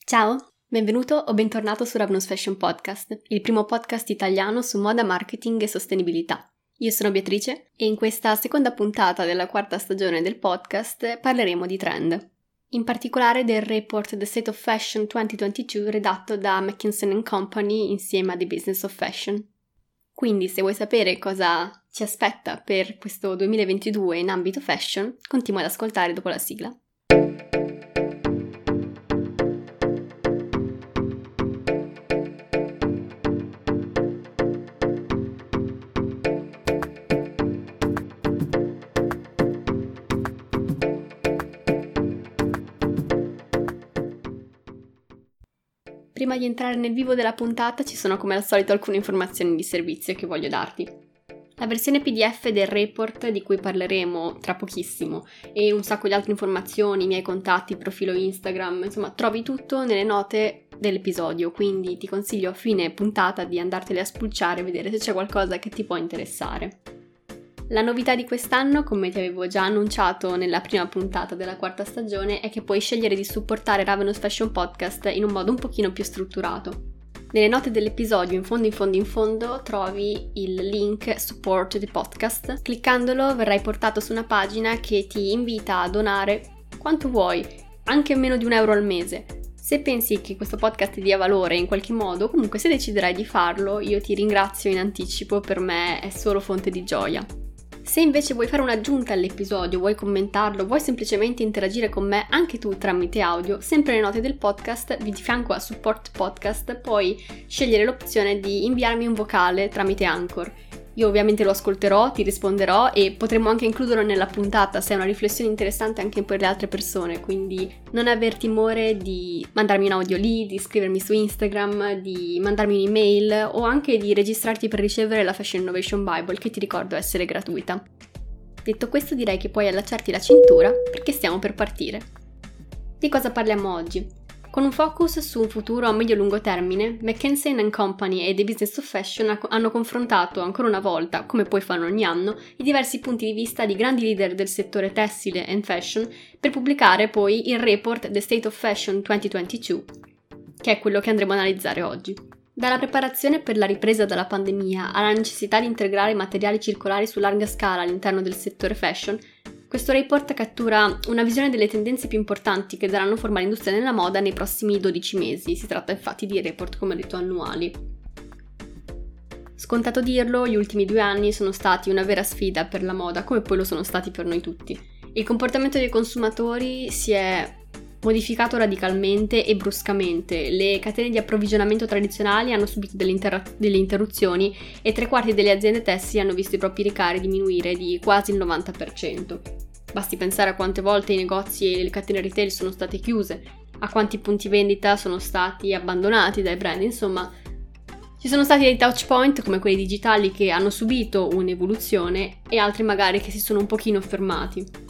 Ciao, benvenuto o bentornato su Ravenous Fashion Podcast, il primo podcast italiano su moda, marketing e sostenibilità. Io sono Beatrice e in questa seconda puntata della quarta stagione del podcast parleremo di trend. In particolare del report The State of Fashion 2022 redatto da McKinsey & Company insieme a The Business of Fashion. Quindi se vuoi sapere cosa ci aspetta per questo 2022 in ambito fashion, continua ad ascoltare dopo la sigla. Prima di entrare nel vivo della puntata ci sono come al solito alcune informazioni di servizio che voglio darti. La versione PDF del report di cui parleremo tra pochissimo e un sacco di altre informazioni, i miei contatti, il profilo Instagram, insomma trovi tutto nelle note dell'episodio, quindi ti consiglio a fine puntata di andartele a spulciare e vedere se c'è qualcosa che ti può interessare. La novità di quest'anno, come ti avevo già annunciato nella prima puntata della quarta stagione, è che puoi scegliere di supportare Ravenous Fashion Podcast in un modo un pochino più strutturato. Nelle note dell'episodio, in fondo, trovi il link Support the Podcast. Cliccandolo verrai portato su una pagina che ti invita a donare quanto vuoi, anche meno di €1 al mese. Se pensi che questo podcast ti dia valore in qualche modo, comunque se deciderai di farlo, io ti ringrazio in anticipo, per me è solo fonte di gioia. Se invece vuoi fare un'aggiunta all'episodio, vuoi commentarlo, vuoi semplicemente interagire con me anche tu tramite audio, sempre nelle note del podcast, di fianco a Support Podcast, puoi scegliere l'opzione di inviarmi un vocale tramite Anchor. Io ovviamente lo ascolterò, ti risponderò e potremo anche includerlo nella puntata se è una riflessione interessante anche per le altre persone, quindi non aver timore di mandarmi un audio lì, di scrivermi su Instagram, di mandarmi un'email o anche di registrarti per ricevere la Fashion Innovation Bible, che ti ricordo essere gratuita. Detto questo, direi che puoi allacciarti la cintura perché stiamo per partire. Di cosa parliamo oggi? Con un focus su un futuro a medio-lungo termine, McKinsey & Company e The Business of Fashion hanno confrontato ancora una volta, come poi fanno ogni anno, i diversi punti di vista di grandi leader del settore tessile and fashion per pubblicare poi il report The State of Fashion 2022, che è quello che andremo a analizzare oggi. Dalla preparazione per la ripresa dalla pandemia alla necessità di integrare materiali circolari su larga scala all'interno del settore fashion, questo report cattura una visione delle tendenze più importanti che daranno forma all'industria della moda nei prossimi 12 mesi. Si tratta infatti di report, come detto, annuali. Scontato dirlo, gli ultimi 2 anni sono stati una vera sfida per la moda, come poi lo sono stati per noi tutti. Il comportamento dei consumatori si è modificato radicalmente e bruscamente. Le catene di approvvigionamento tradizionali hanno subito delle interruzioni e 3/4 delle aziende tessili hanno visto i propri ricavi diminuire di quasi il 90%. Basti pensare a quante volte i negozi e le catene retail sono state chiuse, a quanti punti vendita sono stati abbandonati dai brand, insomma ci sono stati dei touch point come quelli digitali che hanno subito un'evoluzione e altri magari che si sono un pochino fermati.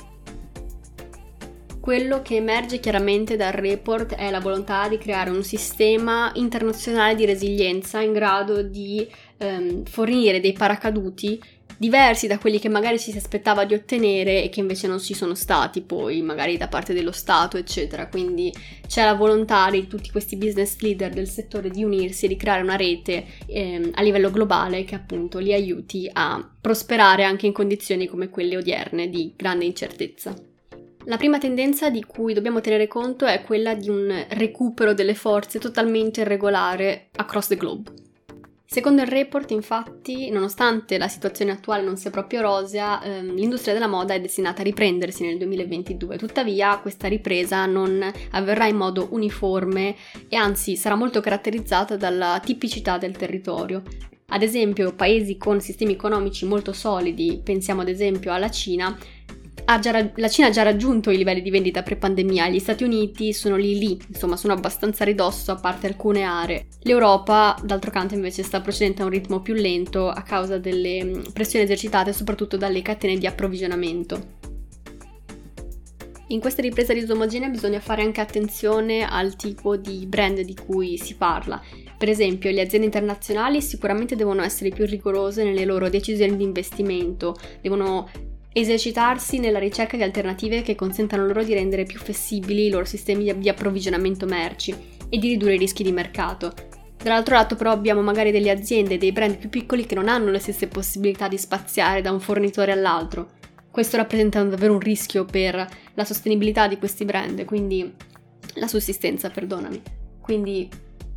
Quello che emerge chiaramente dal report è la volontà di creare un sistema internazionale di resilienza in grado di fornire dei paracaduti diversi da quelli che magari ci si aspettava di ottenere e che invece non ci sono stati poi, magari da parte dello Stato, eccetera. Quindi c'è la volontà di tutti questi business leader del settore di unirsi e di creare una rete a livello globale che appunto li aiuti a prosperare anche in condizioni come quelle odierne di grande incertezza. La prima tendenza di cui dobbiamo tenere conto è quella di un recupero delle forze totalmente irregolare across the globe. Secondo il report, infatti, nonostante la situazione attuale non sia proprio rosea, l'industria della moda è destinata a riprendersi nel 2022. Tuttavia, questa ripresa non avverrà in modo uniforme e anzi sarà molto caratterizzata dalla tipicità del territorio. Ad esempio, paesi con sistemi economici molto solidi, pensiamo ad esempio alla Cina, la Cina ha già raggiunto i livelli di vendita pre-pandemia, gli Stati Uniti sono lì, insomma sono abbastanza a ridosso a parte alcune aree. L'Europa, d'altro canto, invece sta procedendo a un ritmo più lento a causa delle pressioni esercitate soprattutto dalle catene di approvvigionamento. In questa ripresa disomogenea bisogna fare anche attenzione al tipo di brand di cui si parla. Per esempio, le aziende internazionali sicuramente devono essere più rigorose nelle loro decisioni di investimento, devono esercitarsi nella ricerca di alternative che consentano loro di rendere più flessibili i loro sistemi di approvvigionamento merci. e di ridurre i rischi di mercato. Dall'altro lato però abbiamo magari delle aziende, dei brand più piccoli che non hanno le stesse possibilità di spaziare da un fornitore all'altro. Questo rappresenta davvero un rischio per la sostenibilità di questi brand, quindi la sussistenza, perdonami. Quindi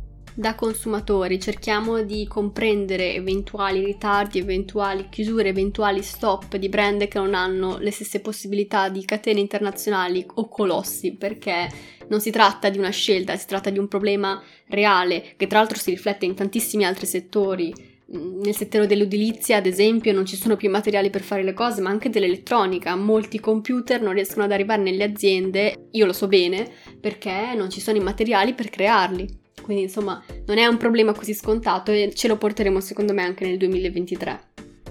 da consumatori cerchiamo di comprendere eventuali ritardi, eventuali chiusure, eventuali stop di brand che non hanno le stesse possibilità di catene internazionali o colossi, perché non si tratta di una scelta, si tratta di un problema reale che tra l'altro si riflette in tantissimi altri settori. Nel settore dell'edilizia, ad esempio, non ci sono più materiali per fare le cose, ma anche dell'elettronica. Molti computer non riescono ad arrivare nelle aziende, io lo so bene, perché non ci sono i materiali per crearli. Quindi insomma non è un problema così scontato e ce lo porteremo secondo me anche nel 2023.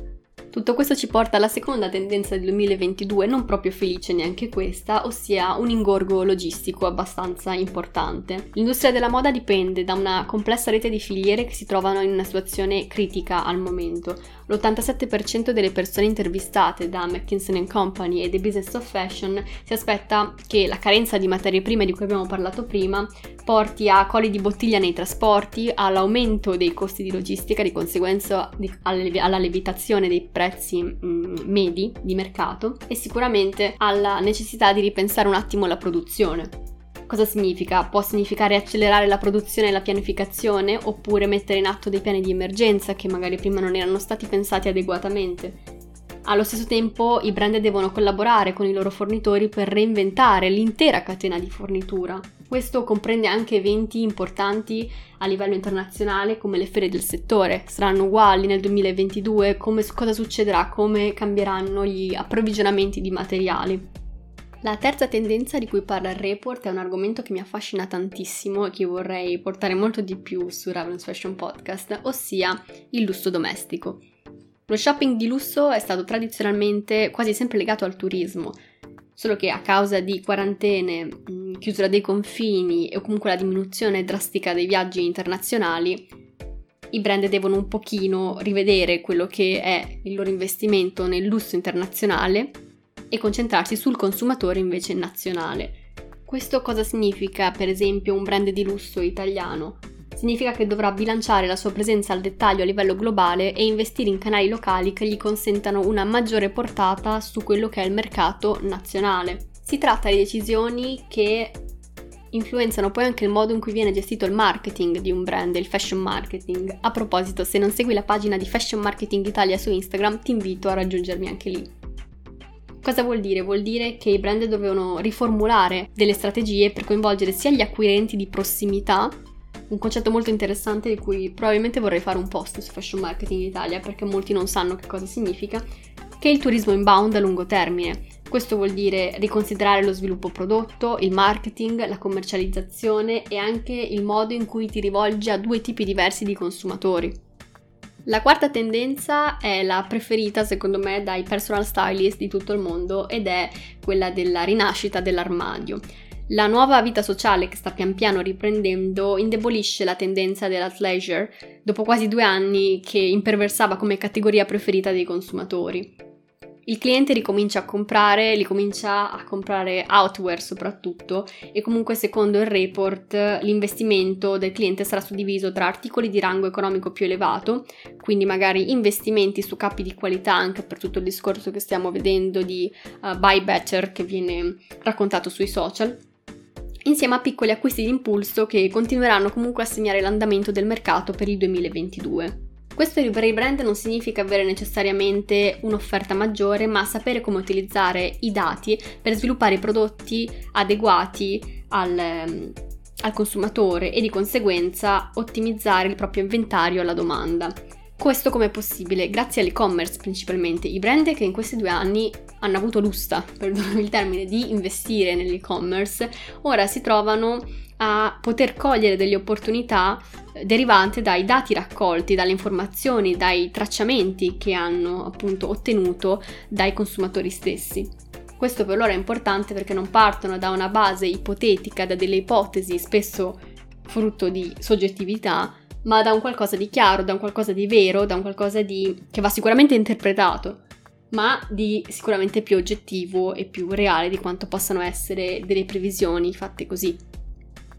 Tutto questo ci porta alla seconda tendenza del 2022, non proprio felice neanche questa, ossia un ingorgo logistico abbastanza importante. L'industria della moda dipende da una complessa rete di filiere che si trovano in una situazione critica al momento. L'87% delle persone intervistate da McKinsey & Company e The Business of Fashion si aspetta che la carenza di materie prime di cui abbiamo parlato prima porti a colli di bottiglia nei trasporti, all'aumento dei costi di logistica, di conseguenza alla lievitazione dei prezzi medi di mercato e sicuramente alla necessità di ripensare un attimo la produzione. Cosa significa? Può significare accelerare la produzione e la pianificazione oppure mettere in atto dei piani di emergenza che magari prima non erano stati pensati adeguatamente. Allo stesso tempo i brand devono collaborare con i loro fornitori per reinventare l'intera catena di fornitura. Questo comprende anche eventi importanti a livello internazionale come le fiere del settore. Saranno uguali nel 2022? Cosa succederà? Come cambieranno gli approvvigionamenti di materiali? La terza tendenza di cui parla il report è un argomento che mi affascina tantissimo e che vorrei portare molto di più su Ravenous Fashion Podcast, ossia il lusso domestico. Lo shopping di lusso è stato tradizionalmente quasi sempre legato al turismo, solo che a causa di quarantene, chiusura dei confini e comunque la diminuzione drastica dei viaggi internazionali, i brand devono un pochino rivedere quello che è il loro investimento nel lusso internazionale e concentrarsi sul consumatore invece nazionale. Questo cosa significa, per esempio, un brand di lusso italiano? Significa che dovrà bilanciare la sua presenza al dettaglio a livello globale e investire in canali locali che gli consentano una maggiore portata su quello che è il mercato nazionale. Si tratta di decisioni che influenzano poi anche il modo in cui viene gestito il marketing di un brand, il fashion marketing. A proposito, se non segui la pagina di Fashion Marketing Italia su Instagram, ti invito a raggiungermi anche lì. Cosa vuol dire? Vuol dire che i brand dovevano riformulare delle strategie per coinvolgere sia gli acquirenti di prossimità, un concetto molto interessante di cui probabilmente vorrei fare un post su Fashion Marketing Italia perché molti non sanno che cosa significa, che il turismo inbound a lungo termine. Questo vuol dire riconsiderare lo sviluppo prodotto, il marketing, la commercializzazione e anche il modo in cui ti rivolgi a due tipi diversi di consumatori. La quarta tendenza è la preferita secondo me dai personal stylist di tutto il mondo ed è quella della rinascita dell'armadio. La nuova vita sociale che sta pian piano riprendendo indebolisce la tendenza dell'athleisure dopo quasi 2 anni che imperversava come categoria preferita dei consumatori. Il cliente li comincia a comprare outwear soprattutto e comunque secondo il report l'investimento del cliente sarà suddiviso tra articoli di rango economico più elevato, quindi magari investimenti su capi di qualità anche per tutto il discorso che stiamo vedendo di buy better che viene raccontato sui social, insieme a piccoli acquisti di impulso che continueranno comunque a segnare l'andamento del mercato per il 2022. Questo per i brand non significa avere necessariamente un'offerta maggiore, ma sapere come utilizzare i dati per sviluppare i prodotti adeguati al consumatore e di conseguenza ottimizzare il proprio inventario alla domanda. Questo com'è possibile? Grazie all'e-commerce principalmente. I brand che in questi 2 anni hanno avuto lusta, perdonami il termine, di investire nell'e-commerce, ora si trovano a poter cogliere delle opportunità derivanti dai dati raccolti, dalle informazioni, dai tracciamenti che hanno appunto ottenuto dai consumatori stessi. Questo per loro è importante perché non partono da una base ipotetica, da delle ipotesi spesso frutto di soggettività, ma da un qualcosa di chiaro, da un qualcosa di vero, da un qualcosa che va sicuramente interpretato, ma di sicuramente più oggettivo e più reale di quanto possano essere delle previsioni fatte così.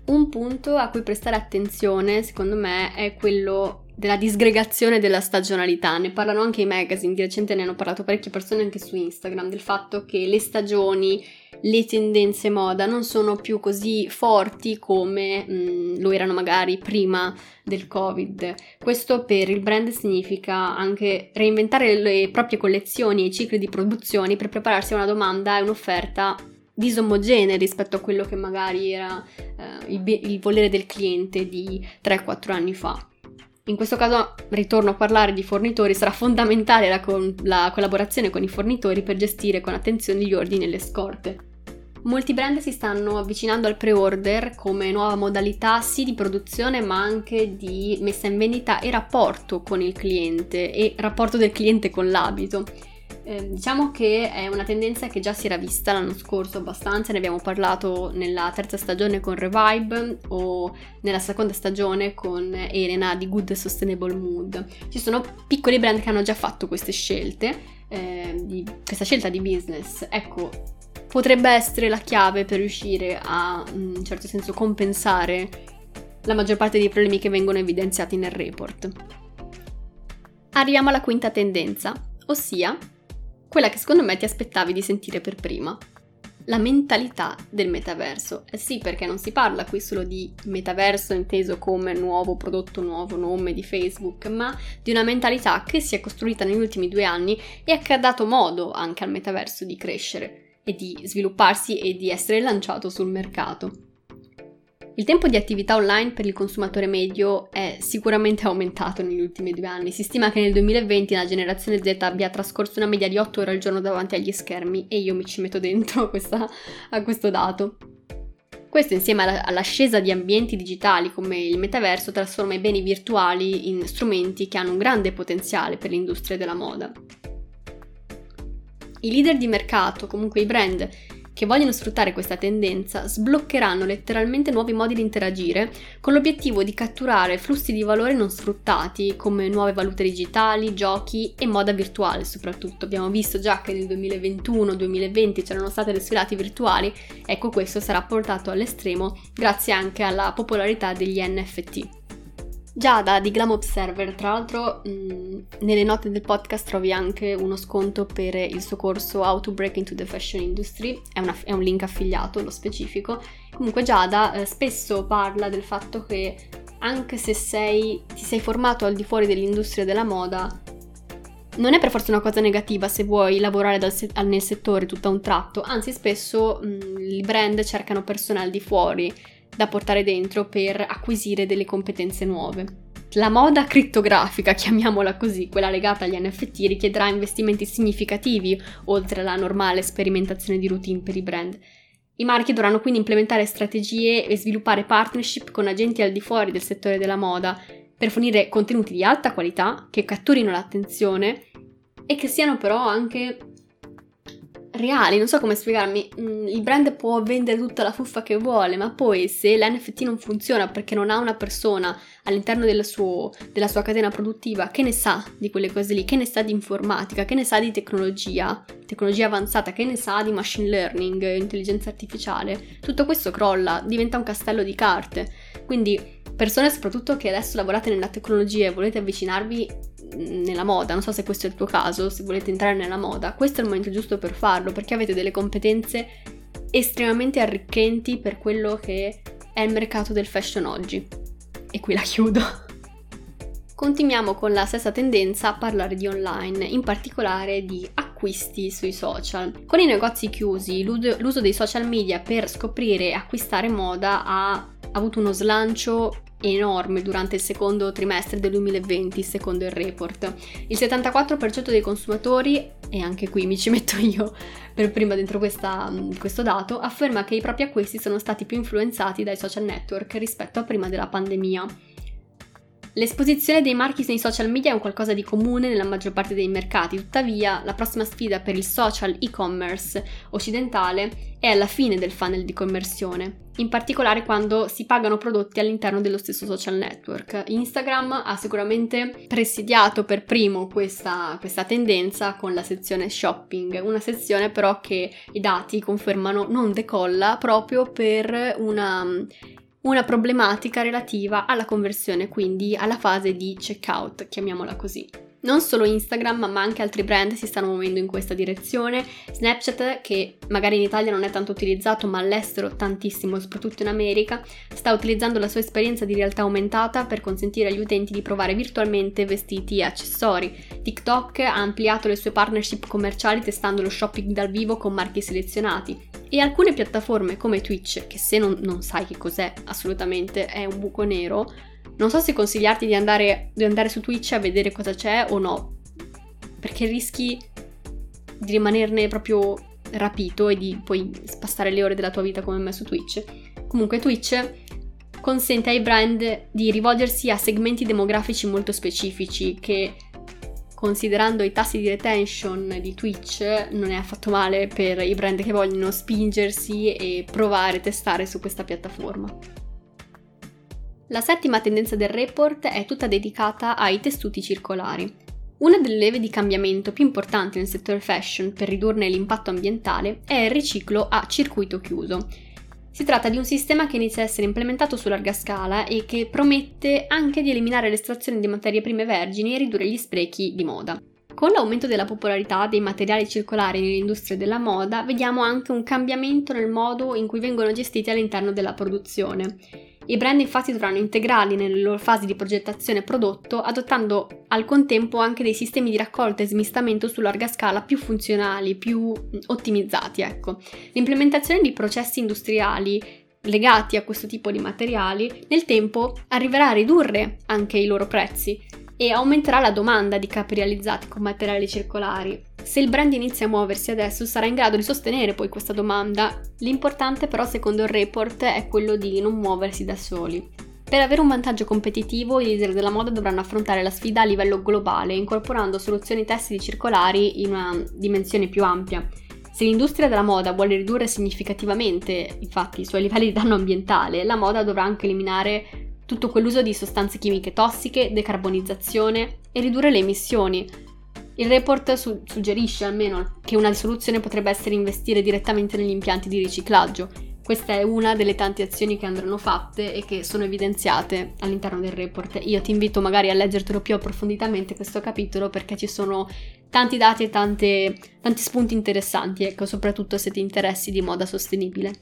Un punto a cui prestare attenzione, secondo me, è quello della disgregazione della stagionalità. Ne parlano anche i magazine, di recente ne hanno parlato parecchie persone anche su Instagram, del fatto che le stagioni, le tendenze moda non sono più così forti come lo erano magari prima del Covid. Questo per il brand significa anche reinventare le proprie collezioni e i cicli di produzione per prepararsi a una domanda e un'offerta disomogenee rispetto a quello che magari era il volere del cliente di 3-4 anni fa. In questo caso, ritorno a parlare di fornitori, sarà fondamentale la collaborazione con i fornitori per gestire con attenzione gli ordini e le scorte. Molti brand si stanno avvicinando al pre-order come nuova modalità sì di produzione ma anche di messa in vendita e rapporto con il cliente e rapporto del cliente con l'abito. Diciamo che è una tendenza che già si era vista l'anno scorso abbastanza, ne abbiamo parlato nella terza stagione con Revibe o nella seconda stagione con Elena di Good Sustainable Mood. Ci sono piccoli brand che hanno già fatto queste scelte, questa scelta di business. Ecco, potrebbe essere la chiave per riuscire a, in un certo senso, compensare la maggior parte dei problemi che vengono evidenziati nel report. Arriviamo alla quinta tendenza, ossia quella che secondo me ti aspettavi di sentire per prima. La mentalità del metaverso. Sì, perché non si parla qui solo di metaverso inteso come nuovo prodotto, nuovo nome di Facebook, ma di una mentalità che si è costruita negli ultimi 2 anni e che ha dato modo anche al metaverso di crescere e di svilupparsi e di essere lanciato sul mercato. Il tempo di attività online per il consumatore medio è sicuramente aumentato negli ultimi 2 anni. Si stima che nel 2020 la generazione Z abbia trascorso una media di 8 ore al giorno davanti agli schermi e io mi ci metto dentro a questo dato. Questo insieme all'ascesa di ambienti digitali come il metaverso trasforma i beni virtuali in strumenti che hanno un grande potenziale per l'industria della moda. I leader di mercato, comunque i brand, che vogliono sfruttare questa tendenza sbloccheranno letteralmente nuovi modi di interagire con l'obiettivo di catturare flussi di valore non sfruttati come nuove valute digitali, giochi e moda virtuale soprattutto. Abbiamo visto già che nel 2021-2020 c'erano state le sfilate virtuali, ecco questo sarà portato all'estremo grazie anche alla popolarità degli NFT. Giada di Glam Observer, tra l'altro nelle note del podcast trovi anche uno sconto per il suo corso How to Break into the Fashion Industry, è un link affiliato, lo specifico. Comunque Giada spesso parla del fatto che anche se ti sei formato al di fuori dell'industria della moda, non è per forza una cosa negativa se vuoi lavorare nel settore tutto a un tratto, anzi spesso i brand cercano persone al di fuori da portare dentro per acquisire delle competenze nuove. La moda crittografica, chiamiamola così, quella legata agli NFT, richiederà investimenti significativi oltre alla normale sperimentazione di routine per i brand. I marchi dovranno quindi implementare strategie e sviluppare partnership con agenti al di fuori del settore della moda per fornire contenuti di alta qualità che catturino l'attenzione e che siano però anche reali, non so come spiegarmi. Il brand può vendere tutta la fuffa che vuole, ma poi se l'NFT non funziona perché non ha una persona all'interno della sua catena produttiva che ne sa di quelle cose lì, che ne sa di informatica, che ne sa di tecnologia avanzata, che ne sa di machine learning, intelligenza artificiale, tutto questo crolla, diventa un castello di carte. Quindi persone soprattutto che adesso lavorate nella tecnologia e volete avvicinarvi nella moda, non so se questo è il tuo caso, se volete entrare nella moda, questo è il momento giusto per farlo, perché avete delle competenze estremamente arricchenti per quello che è il mercato del fashion oggi. E qui la chiudo. Continuiamo con la stessa tendenza a parlare di online, in particolare di acquisti sui social. Con i negozi chiusi, l'uso dei social media per scoprire e acquistare moda ha avuto uno slancio enorme durante il secondo trimestre del 2020, secondo il report. Il 74% dei consumatori, e anche qui mi ci metto io per prima dentro questo dato, afferma che i propri acquisti sono stati più influenzati dai social network rispetto a prima della pandemia. L'esposizione dei marchi nei social media è un qualcosa di comune nella maggior parte dei mercati, tuttavia la prossima sfida per il social e-commerce occidentale è alla fine del funnel di conversione, in particolare quando si pagano prodotti all'interno dello stesso social network. Instagram ha sicuramente presidiato per primo questa tendenza con la sezione shopping, una sezione però che i dati confermano non decolla proprio per una una problematica relativa alla conversione, quindi alla fase di checkout, chiamiamola così. Non solo Instagram, ma anche altri brand si stanno muovendo in questa direzione. Snapchat, che magari in Italia non è tanto utilizzato, ma all'estero tantissimo, soprattutto in America, sta utilizzando la sua esperienza di realtà aumentata per consentire agli utenti di provare virtualmente vestiti e accessori. TikTok ha ampliato le sue partnership commerciali testando lo shopping dal vivo con marchi selezionati. E alcune piattaforme come Twitch, che se non sai che cos'è, assolutamente è un buco nero, non so se consigliarti di andare su Twitch a vedere cosa c'è o no, perché rischi di rimanerne proprio rapito e di poi passare le ore della tua vita come me su Twitch. Comunque Twitch consente ai brand di rivolgersi a segmenti demografici molto specifici che, considerando i tassi di retention di Twitch, non è affatto male per i brand che vogliono spingersi e provare a testare su questa piattaforma. La settima tendenza del report è tutta dedicata ai tessuti circolari. Una delle leve di cambiamento più importanti nel settore fashion per ridurne l'impatto ambientale è il riciclo a circuito chiuso. Si tratta di un sistema che inizia a essere implementato su larga scala e che promette anche di eliminare l'estrazione di materie prime vergini e ridurre gli sprechi di moda. Con l'aumento della popolarità dei materiali circolari nell'industria della moda, vediamo anche un cambiamento nel modo in cui vengono gestiti all'interno della produzione. I brand infatti dovranno integrarli nelle loro fasi di progettazione prodotto, adottando al contempo anche dei sistemi di raccolta e smistamento su larga scala più funzionali, più ottimizzati, ecco. L'implementazione di processi industriali legati a questo tipo di materiali nel tempo arriverà a ridurre anche i loro prezzi e aumenterà la domanda di capi realizzati con materiali circolari. Se il brand inizia a muoversi adesso, sarà in grado di sostenere poi questa domanda. L'importante però, secondo il report, è quello di non muoversi da soli. Per avere un vantaggio competitivo, i leader della moda dovranno affrontare la sfida a livello globale, incorporando soluzioni tessili circolari in una dimensione più ampia. Se l'industria della moda vuole ridurre significativamente, infatti, i suoi livelli di danno ambientale, la moda dovrà anche eliminare tutto quell'uso di sostanze chimiche tossiche, decarbonizzazione e ridurre le emissioni. Il report suggerisce almeno che una soluzione potrebbe essere investire direttamente negli impianti di riciclaggio. Questa è una delle tante azioni che andranno fatte e che sono evidenziate all'interno del report. Io ti invito magari a leggertelo più approfonditamente questo capitolo, perché ci sono tanti dati e tanti spunti interessanti, ecco, soprattutto se ti interessi di moda sostenibile.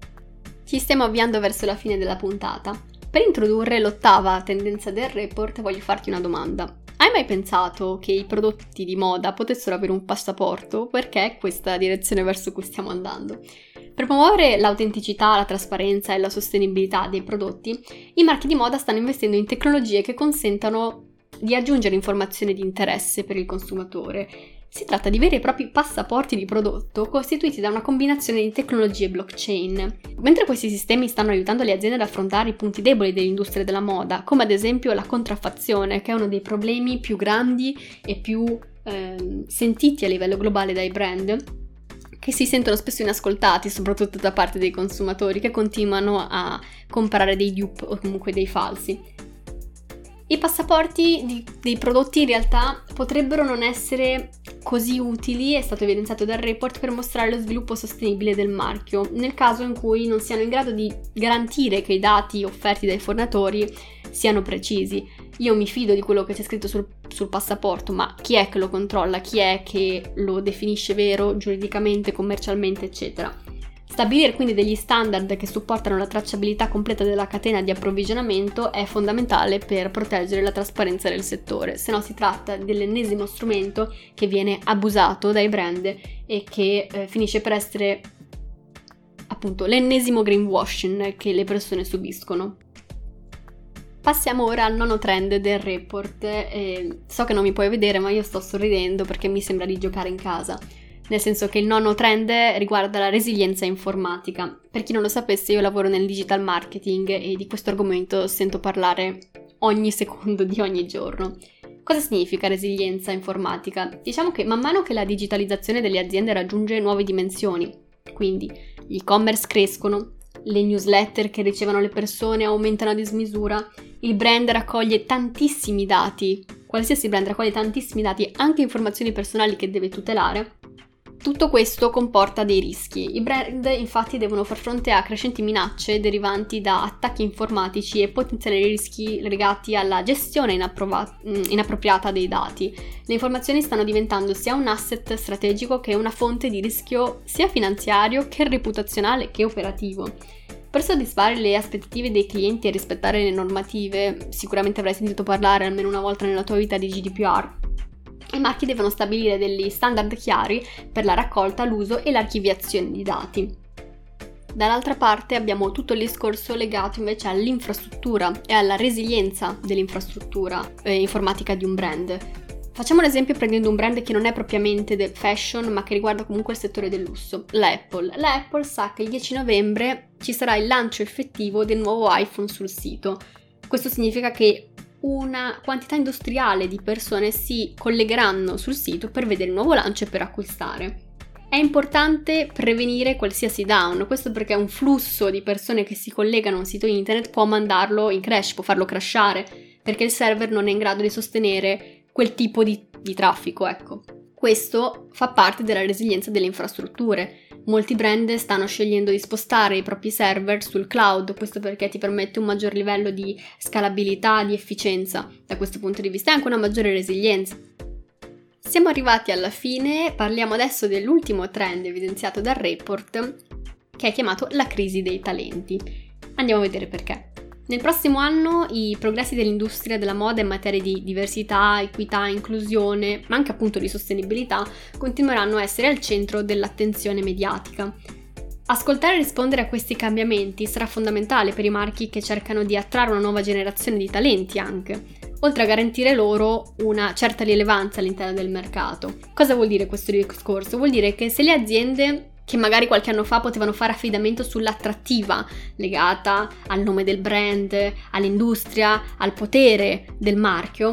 Ci stiamo avviando verso la fine della puntata. Per introdurre l'ottava tendenza del report voglio farti una domanda. Hai mai pensato che i prodotti di moda potessero avere un passaporto? Perché è questa la direzione verso cui stiamo andando. Per promuovere l'autenticità, la trasparenza e la sostenibilità dei prodotti, i marchi di moda stanno investendo in tecnologie che consentano di aggiungere informazioni di interesse per il consumatore. Si tratta di veri e propri passaporti di prodotto costituiti da una combinazione di tecnologie blockchain. Mentre questi sistemi stanno aiutando le aziende ad affrontare i punti deboli dell'industria della moda, come ad esempio la contraffazione, che è uno dei problemi più grandi e più sentiti a livello globale dai brand, che si sentono spesso inascoltati, soprattutto da parte dei consumatori che continuano a comprare dei dupe o comunque dei falsi. I passaporti dei prodotti in realtà potrebbero non essere così utili, è stato evidenziato dal report, per mostrare lo sviluppo sostenibile del marchio, nel caso in cui non siano in grado di garantire che i dati offerti dai fornitori siano precisi. Io mi fido di quello che c'è scritto sul passaporto, ma chi è che lo controlla? Chi è che lo definisce vero giuridicamente, commercialmente, eccetera? Stabilire quindi degli standard che supportano la tracciabilità completa della catena di approvvigionamento è fondamentale per proteggere la trasparenza del settore, se no si tratta dell'ennesimo strumento che viene abusato dai brand e che finisce per essere appunto l'ennesimo greenwashing che le persone subiscono. Passiamo ora al nono trend del report. So che non mi puoi vedere, ma io sto sorridendo perché mi sembra di giocare in casa. Nel senso che il nono trend riguarda la resilienza informatica. Per chi non lo sapesse, io lavoro nel digital marketing e di questo argomento sento parlare ogni secondo di ogni giorno. Cosa significa resilienza informatica? Diciamo che man mano che la digitalizzazione delle aziende raggiunge nuove dimensioni, quindi gli e-commerce crescono, le newsletter che ricevono le persone aumentano a dismisura, il brand raccoglie tantissimi dati, qualsiasi brand raccoglie tantissimi dati, anche informazioni personali che deve tutelare. Tutto questo comporta dei rischi. I brand infatti devono far fronte a crescenti minacce derivanti da attacchi informatici e potenziali rischi legati alla gestione inappropriata dei dati. Le informazioni stanno diventando sia un asset strategico che una fonte di rischio sia finanziario che reputazionale che operativo. Per soddisfare le aspettative dei clienti e rispettare le normative, sicuramente avrai sentito parlare almeno una volta nella tua vita di GDPR, i marchi devono stabilire degli standard chiari per la raccolta, l'uso e l'archiviazione di dati. Dall'altra parte abbiamo tutto il discorso legato invece all'infrastruttura e alla resilienza dell'infrastruttura informatica di un brand. Facciamo un esempio prendendo un brand che non è propriamente del fashion ma che riguarda comunque il settore del lusso, l'Apple. L'Apple sa che il 10 novembre ci sarà il lancio effettivo del nuovo iPhone sul sito. Questo significa che una quantità industriale di persone si collegheranno sul sito per vedere il nuovo lancio e per acquistare. È importante prevenire qualsiasi down, questo perché un flusso di persone che si collegano a un sito internet può mandarlo in crash, può farlo crashare, perché il server non è in grado di sostenere quel tipo di traffico, ecco. Questo fa parte della resilienza delle infrastrutture. Molti brand stanno scegliendo di spostare i propri server sul cloud, questo perché ti permette un maggior livello di scalabilità, di efficienza da questo punto di vista e anche una maggiore resilienza. Siamo arrivati alla fine, parliamo adesso dell'ultimo trend evidenziato dal report, che è chiamato la crisi dei talenti. Andiamo a vedere perché. Nel prossimo anno i progressi dell'industria della moda in materia di diversità, equità, inclusione, ma anche appunto di sostenibilità, continueranno a essere al centro dell'attenzione mediatica. Ascoltare e rispondere a questi cambiamenti sarà fondamentale per i marchi che cercano di attrarre una nuova generazione di talenti anche, oltre a garantire loro una certa rilevanza all'interno del mercato. Cosa vuol dire questo discorso? Vuol dire che se le aziende che magari qualche anno fa potevano fare affidamento sull'attrattiva legata al nome del brand, all'industria, al potere del marchio,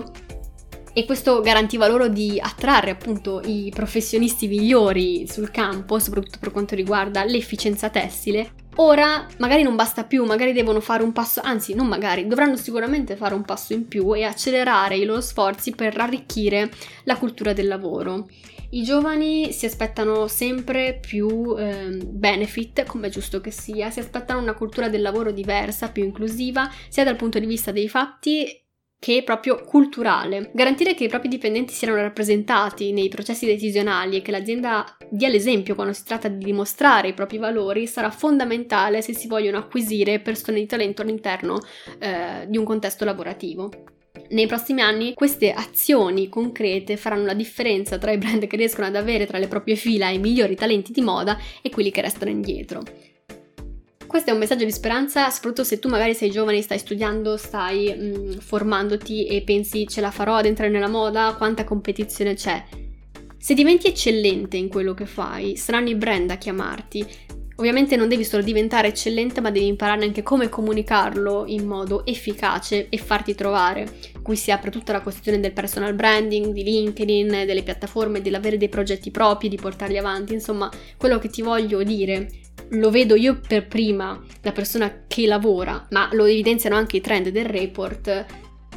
e questo garantiva loro di attrarre appunto i professionisti migliori sul campo, soprattutto per quanto riguarda l'efficienza tessile. Ora magari non basta più, magari devono fare un passo, anzi non magari, dovranno sicuramente fare un passo in più e accelerare i loro sforzi per arricchire la cultura del lavoro. I giovani si aspettano sempre più benefit, come è giusto che sia, si aspettano una cultura del lavoro diversa, più inclusiva, sia dal punto di vista dei fatti che proprio culturale. Garantire che i propri dipendenti siano rappresentati nei processi decisionali e che l'azienda dia l'esempio quando si tratta di dimostrare i propri valori sarà fondamentale se si vogliono acquisire persone di talento all'interno di un contesto lavorativo. Nei prossimi anni queste azioni concrete faranno la differenza tra i brand che riescono ad avere tra le proprie fila i migliori talenti di moda e quelli che restano indietro. Questo è un messaggio di speranza, soprattutto se tu magari sei giovane, stai studiando, stai formandoti e pensi ce la farò ad entrare nella moda, quanta competizione c'è. Se diventi eccellente in quello che fai, saranno i brand a chiamarti. Ovviamente non devi solo diventare eccellente, ma devi imparare anche come comunicarlo in modo efficace e farti trovare. Qui si apre tutta la questione del personal branding, di LinkedIn, delle piattaforme, di avere dei progetti propri, di portarli avanti. Insomma, quello che ti voglio dire, lo vedo io per prima, la persona che lavora, ma lo evidenziano anche i trend del report.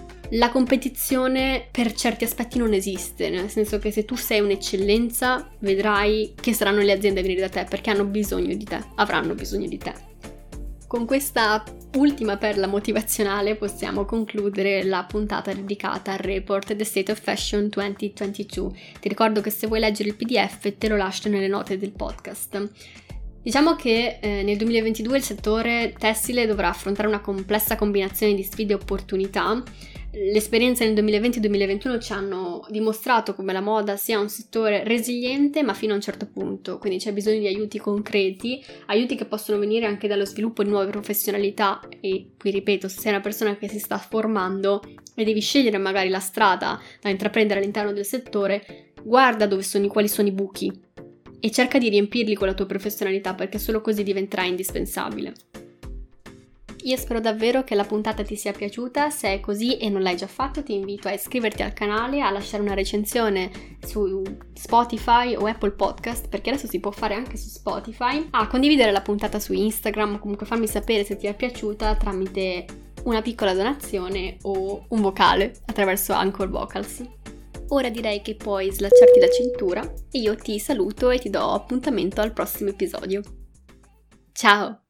La competizione per certi aspetti non esiste, nel senso che se tu sei un'eccellenza vedrai che saranno le aziende a venire da te perché hanno bisogno di te, avranno bisogno di te. Con questa ultima perla motivazionale possiamo concludere la puntata dedicata al report The State of Fashion 2022. Ti ricordo che se vuoi leggere il PDF te lo lascio nelle note del podcast. Diciamo che nel 2022 il settore tessile dovrà affrontare una complessa combinazione di sfide e opportunità. L'esperienza nel 2020 e 2021 ci hanno dimostrato come la moda sia un settore resiliente ma fino a un certo punto, quindi c'è bisogno di aiuti concreti, aiuti che possono venire anche dallo sviluppo di nuove professionalità e qui ripeto, se sei una persona che si sta formando e devi scegliere magari la strada da intraprendere all'interno del settore, guarda quali sono i buchi e cerca di riempirli con la tua professionalità perché solo così diventerai indispensabile. Io spero davvero che la puntata ti sia piaciuta, se è così e non l'hai già fatto ti invito a iscriverti al canale, a lasciare una recensione su Spotify o Apple Podcast, perché adesso si può fare anche su Spotify, a condividere la puntata su Instagram o comunque farmi sapere se ti è piaciuta tramite una piccola donazione o un vocale attraverso Anchor Vocals. Ora direi che puoi slacciarti la cintura e io ti saluto e ti do appuntamento al prossimo episodio. Ciao!